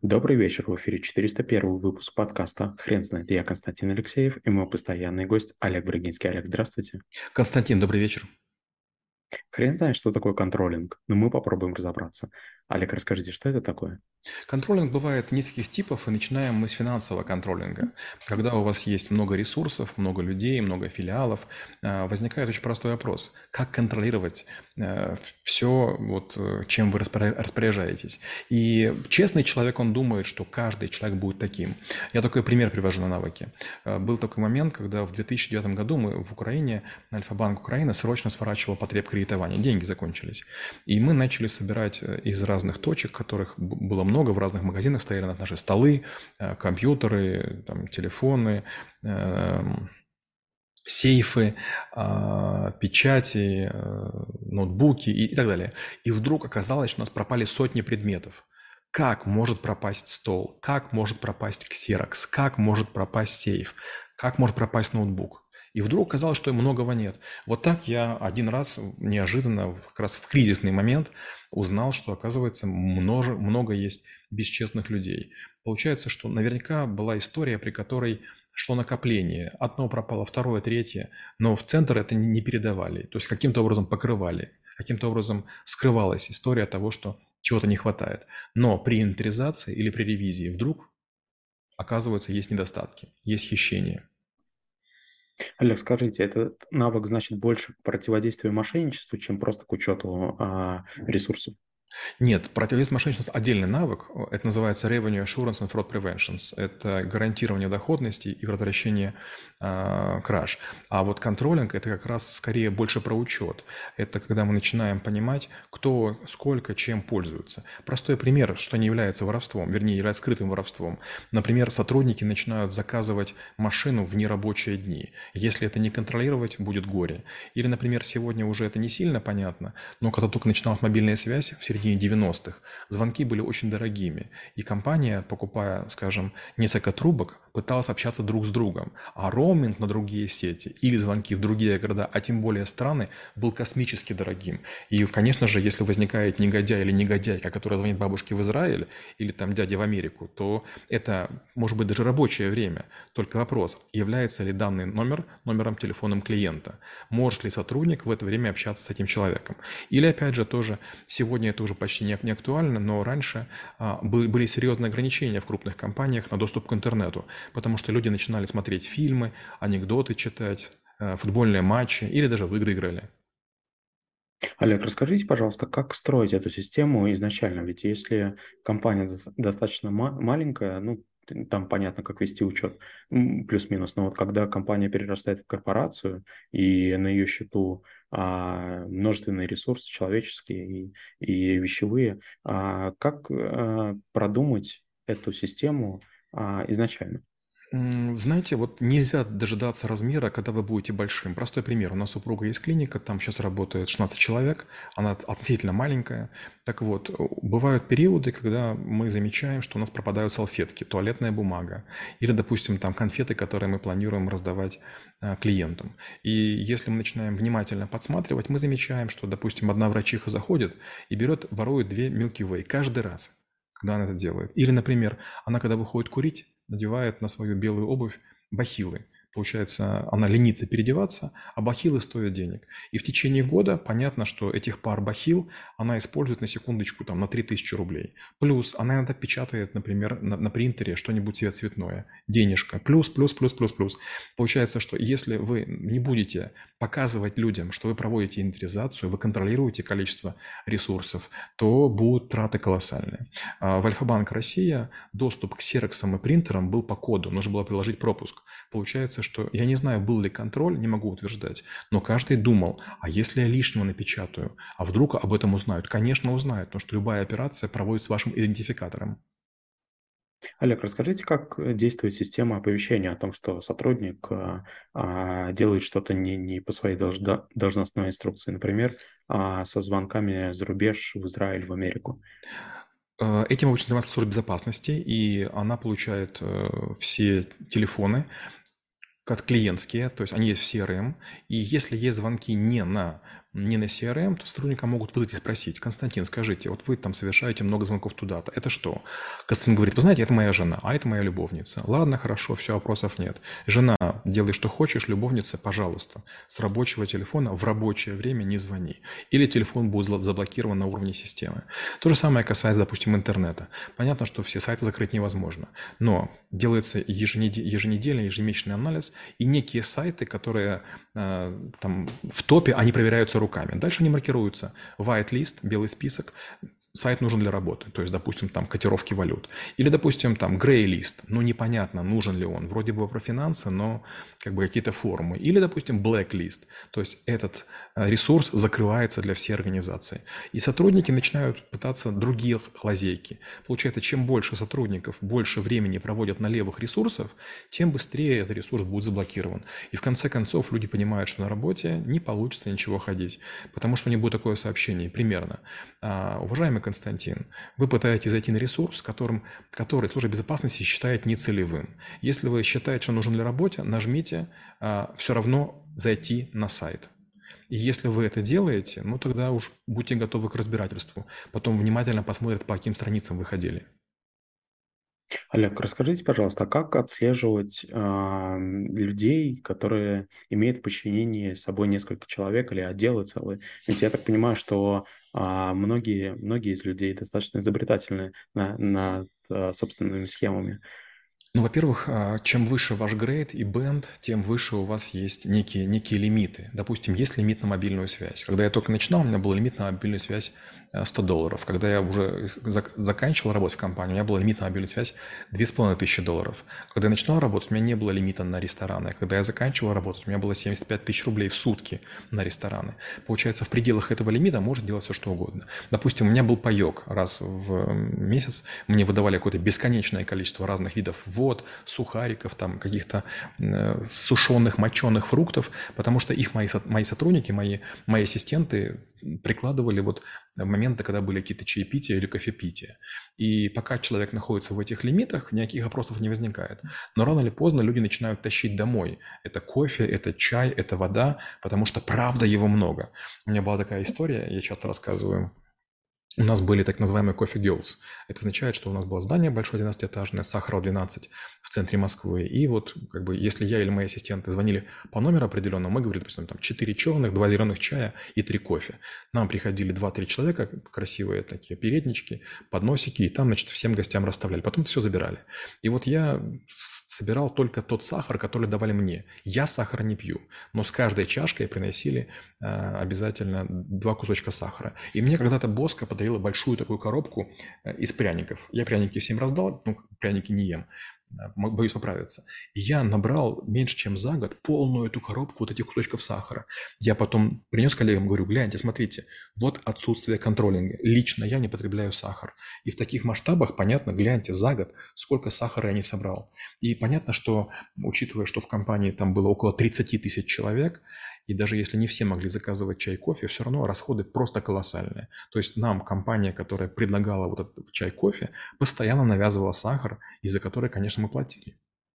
Добрый вечер, в эфире 401 выпуск подкаста «Хрен знает». Я Константин Алексеев и мой постоянный гость Олег Брагинский. Олег, здравствуйте. Константин, добрый вечер. Хрен знает, что такое контролинг, но мы попробуем разобраться. Олег, расскажите, что это такое? Контролинг бывает нескольких типов, и начинаем мы с финансового контролинга. Когда у вас есть много ресурсов, много людей, много филиалов, возникает очень простой вопрос. Как контролировать все, чем вы распоряжаетесь? И честный человек, он думает, что каждый человек будет таким. Я такой пример привожу на навыке. Был такой момент, когда в 2009 году мы в Украине, Альфа-банк Украины срочно сворачивал потреб кредитования, деньги закончились. И мы начали собирать из разных точек, которых было много, в разных магазинах стояли наши столы, компьютеры, там, телефоны, сейфы, печати, ноутбуки и так далее. И вдруг оказалось, что у нас пропали сотни предметов. Как может пропасть стол? Как может пропасть ксерокс? Как может пропасть сейф? Как может пропасть ноутбук? И вдруг оказалось, что многого нет. Вот так я один раз неожиданно, как раз в кризисный момент, узнал, что, оказывается, много есть бесчестных людей. Получается, что наверняка была история, при которой шло накопление. Одно пропало, второе, третье, но в центр это не передавали. То есть каким-то образом покрывали, каким-то образом скрывалась история того, что чего-то не хватает. Но при инвентаризации или при ревизии вдруг, оказывается, есть недостатки, есть хищение. Олег, скажите, этот навык значит больше к противодействию мошенничеству, чем просто к учету ресурсов? Нет, противодействие мошенничеству – отдельный навык. Это называется Revenue Assurance and Fraud Preventions. Это гарантирование доходности и предотвращение краж. А вот контролинг – это как раз скорее больше про учет. Это когда мы начинаем понимать, кто, сколько, чем пользуется. Простой пример, что не является воровством, вернее, является скрытым воровством. Например, сотрудники начинают заказывать машину в нерабочие дни. Если это не контролировать, будет горе. Или, например, сегодня уже это не сильно понятно, но когда только начиналась мобильная связь в середине 90-х, звонки были очень дорогими. И компания, покупая, скажем, несколько трубок, пыталась общаться друг с другом. А роуминг на другие сети или звонки в другие города, а тем более страны, был космически дорогим. И, конечно же, если возникает негодяй или негодяйка, который звонит бабушке в Израиль или там дяде в Америку, то это может быть даже рабочее время. Только вопрос, является ли данный номер номером телефонным клиента? Может ли сотрудник в это время общаться с этим человеком? Или, опять же, тоже, сегодня это уже почти не актуально, но раньше были серьезные ограничения в крупных компаниях на доступ к интернету, потому что люди начинали смотреть фильмы, анекдоты читать, футбольные матчи или даже в игры играли. Олег, расскажите, пожалуйста, как строить эту систему изначально? Ведь если компания достаточно маленькая, ну, там понятно, как вести учет, плюс-минус, но вот когда компания перерастает в корпорацию, и на ее счету множественные ресурсы человеческие и вещевые, как продумать эту систему изначально? Знаете, вот нельзя дожидаться размера, когда вы будете большим. Простой пример. У нас супруга есть клиника, там сейчас работает 16 человек, она относительно маленькая. Так вот, бывают периоды, когда мы замечаем, что у нас пропадают салфетки, туалетная бумага или, допустим, там конфеты, которые мы планируем раздавать клиентам. И если мы начинаем внимательно подсматривать, мы замечаем, что, допустим, одна врачиха заходит и берет, ворует две Milky Way каждый раз, когда она это делает. Или, например, она, когда выходит курить, надевает на свою белую обувь бахилы. Получается, она ленится переодеваться, а бахилы стоят денег. И в течение года понятно, что этих пар бахил она использует на секундочку там, на 3000 рублей. Плюс она иногда печатает, например, на принтере что-нибудь цветное. Денежка. Плюс, плюс, плюс, плюс, плюс. Получается, что если вы не будете показывать людям, что вы проводите инвентаризацию, вы контролируете количество ресурсов, то будут траты колоссальные. В Альфа-банк Россия доступ к ксероксам и принтерам был по коду, нужно было приложить пропуск. Получается, что я не знаю, был ли контроль, не могу утверждать, но каждый думал, а если я лишнего напечатаю, а вдруг об этом узнают? Конечно, узнают, потому что любая операция проводится с вашим идентификатором. Олег, расскажите, как действует система оповещения о том, что сотрудник делает что-то не по своей должностной инструкции, например, со звонками за рубеж, в Израиль, в Америку? Этим очень занимается служба безопасности, и она получает все телефоны, как клиентские, то есть они есть в CRM, и если есть звонки не на не на CRM, то сотрудника могут вызвать и спросить: Константин, скажите, вот вы там совершаете много звонков туда-то, это что? Константин говорит: вы знаете, это моя жена, а это моя любовница. Ладно, хорошо, все, вопросов нет. Жена, делай, что хочешь, любовница, пожалуйста, с рабочего телефона в рабочее время не звони. Или телефон будет заблокирован на уровне системы. То же самое касается, допустим, интернета. Понятно, что все сайты закрыть невозможно, но делается еженедельный, ежемесячный анализ, и некие сайты, которые там в топе, они проверяются руками. Дальше они маркируются. White list, белый список, сайт нужен для работы, то есть, допустим, там котировки валют. Или, допустим, там grey list, ну непонятно, нужен ли он. Вроде бы про финансы, но как бы какие-то формы. Или, допустим, black list, то есть этот ресурс закрывается для всей организации. И сотрудники начинают пытаться другие лазейки. Получается, чем больше сотрудников, больше времени проводят на левых ресурсах, тем быстрее этот ресурс будет заблокирован. И в конце концов люди понимают, что на работе не получится ничего ходить, потому что у них будет такое сообщение примерно: уважаемый Константин, вы пытаетесь зайти на ресурс, который служба безопасности считает нецелевым. Если вы считаете, что нужен для работы, нажмите все равно зайти на сайт. И если вы это делаете, ну тогда уж будьте готовы к разбирательству. Потом внимательно посмотрят, по каким страницам вы ходили. Олег, расскажите, пожалуйста, а как отслеживать людей, которые имеют в подчинении с собой несколько человек или отделы целые? Ведь я так понимаю, что многие из людей достаточно изобретательны над собственными схемами. Ну, во-первых, чем выше ваш грейд и бенд, тем выше у вас есть некие лимиты. Допустим, есть лимит на мобильную связь. Когда я только начинал, у меня был лимит на мобильную связь $100. Когда я уже заканчивал работать в компании, у меня был лимит на мобильную связь $2500. Когда я начинал работать, у меня не было лимита на рестораны. Когда я заканчивал работать, у меня было 75 тысяч рублей в сутки на рестораны. Получается, в пределах этого лимита можно делать все, что угодно. Допустим, у меня был паёк раз в месяц, мне выдавали какое-то бесконечное количество разных видов сухариков, там каких-то сушеных, моченых фруктов, потому что их мои сотрудники, мои ассистенты прикладывали вот в моменты, когда были какие-то чаепития или кофепития. И пока человек находится в этих лимитах, никаких вопросов не возникает. Но рано или поздно люди начинают тащить домой. Это кофе, это чай, это вода, потому что правда его много. У меня была такая история, я часто рассказываю. У нас были так называемые coffee girls. Это означает, что у нас было здание большое 12-этажное, Сахарова 12 в центре Москвы. И вот как бы если я или мои ассистенты звонили по номеру определенному, мы говорили, допустим, там 4 черных, 2 зеленых чая и 3 кофе. Нам приходили 2-3 человека, красивые такие переднички, подносики, и там, значит, всем гостям расставляли. Потом это все забирали. И вот я собирал только тот сахар, который давали мне. Я сахара не пью, но с каждой чашкой приносили обязательно 2 кусочка сахара. И мне когда-то Боска подарила большую такую коробку из пряников. Я пряники всем раздал, ну, пряники не ем, боюсь поправиться. И я набрал меньше, чем за год полную эту коробку вот этих кусочков сахара. Я потом принес коллегам, говорю: гляньте, смотрите, вот отсутствие контролинга. Лично я не потребляю сахар. И в таких масштабах, понятно, гляньте, за год, сколько сахара я не собрал. И понятно, что, учитывая, что в компании там было около 30 тысяч человек, и даже если не все могли заказывать чай, кофе, все равно расходы просто колоссальные. То есть нам компания, которая предлагала вот этот чай, кофе, постоянно навязывала сахар, из-за которой, конечно, мы платили.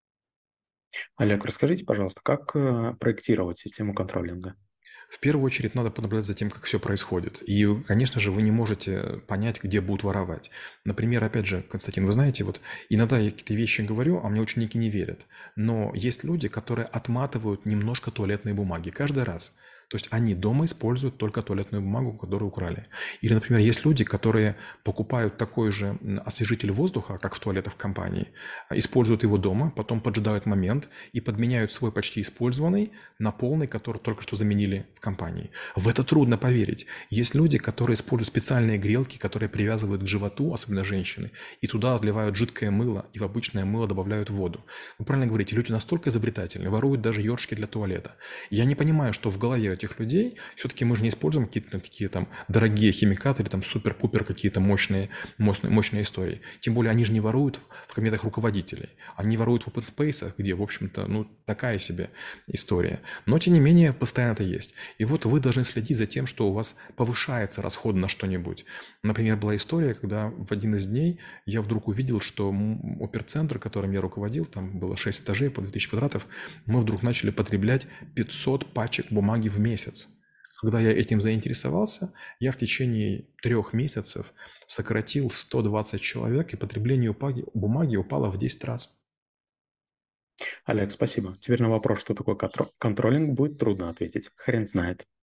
Олег, расскажите, пожалуйста, как проектировать систему контролинга? В первую очередь надо понаблюдать за тем, как все происходит. И, конечно же, вы не можете понять, где будут воровать. Например, опять же, Константин, вы знаете, вот иногда я какие-то вещи говорю, а мне ученики не верят. Но есть люди, которые отматывают немножко туалетной бумаги каждый раз. То есть они дома используют только туалетную бумагу, которую украли. Или, например, есть люди, которые покупают такой же освежитель воздуха, как в туалетах компании, используют его дома, потом поджидают момент и подменяют свой почти использованный на полный, который только что заменили в компании. В это трудно поверить. Есть люди, которые используют специальные грелки, которые привязывают к животу, особенно женщины, и туда отливают жидкое мыло, и в обычное мыло добавляют воду. Вы правильно говорите, люди настолько изобретательны, воруют даже ёршики для туалета. Я не понимаю, что в голове этих людей, все-таки мы же не используем какие-то такие там дорогие химикаты или там супер-пупер какие-то мощные истории. Тем более они же не воруют в кабинетах руководителей. Они воруют в open space, где, в общем-то, ну, такая себе история. Но, тем не менее, постоянно это есть. И вот вы должны следить за тем, что у вас повышается расход на что-нибудь. Например, была история, когда в один из дней я вдруг увидел, что оперцентр, которым я руководил, там было 6 этажей по 2000 квадратов, мы вдруг начали потреблять 500 пачек бумаги в месяц. Когда я этим заинтересовался, я в течение 3 месяцев сократил 120 человек, и потребление бумаги упало в 10 раз. Олег, спасибо. Теперь на вопрос, что такое контролинг, будет трудно ответить. Хрен знает.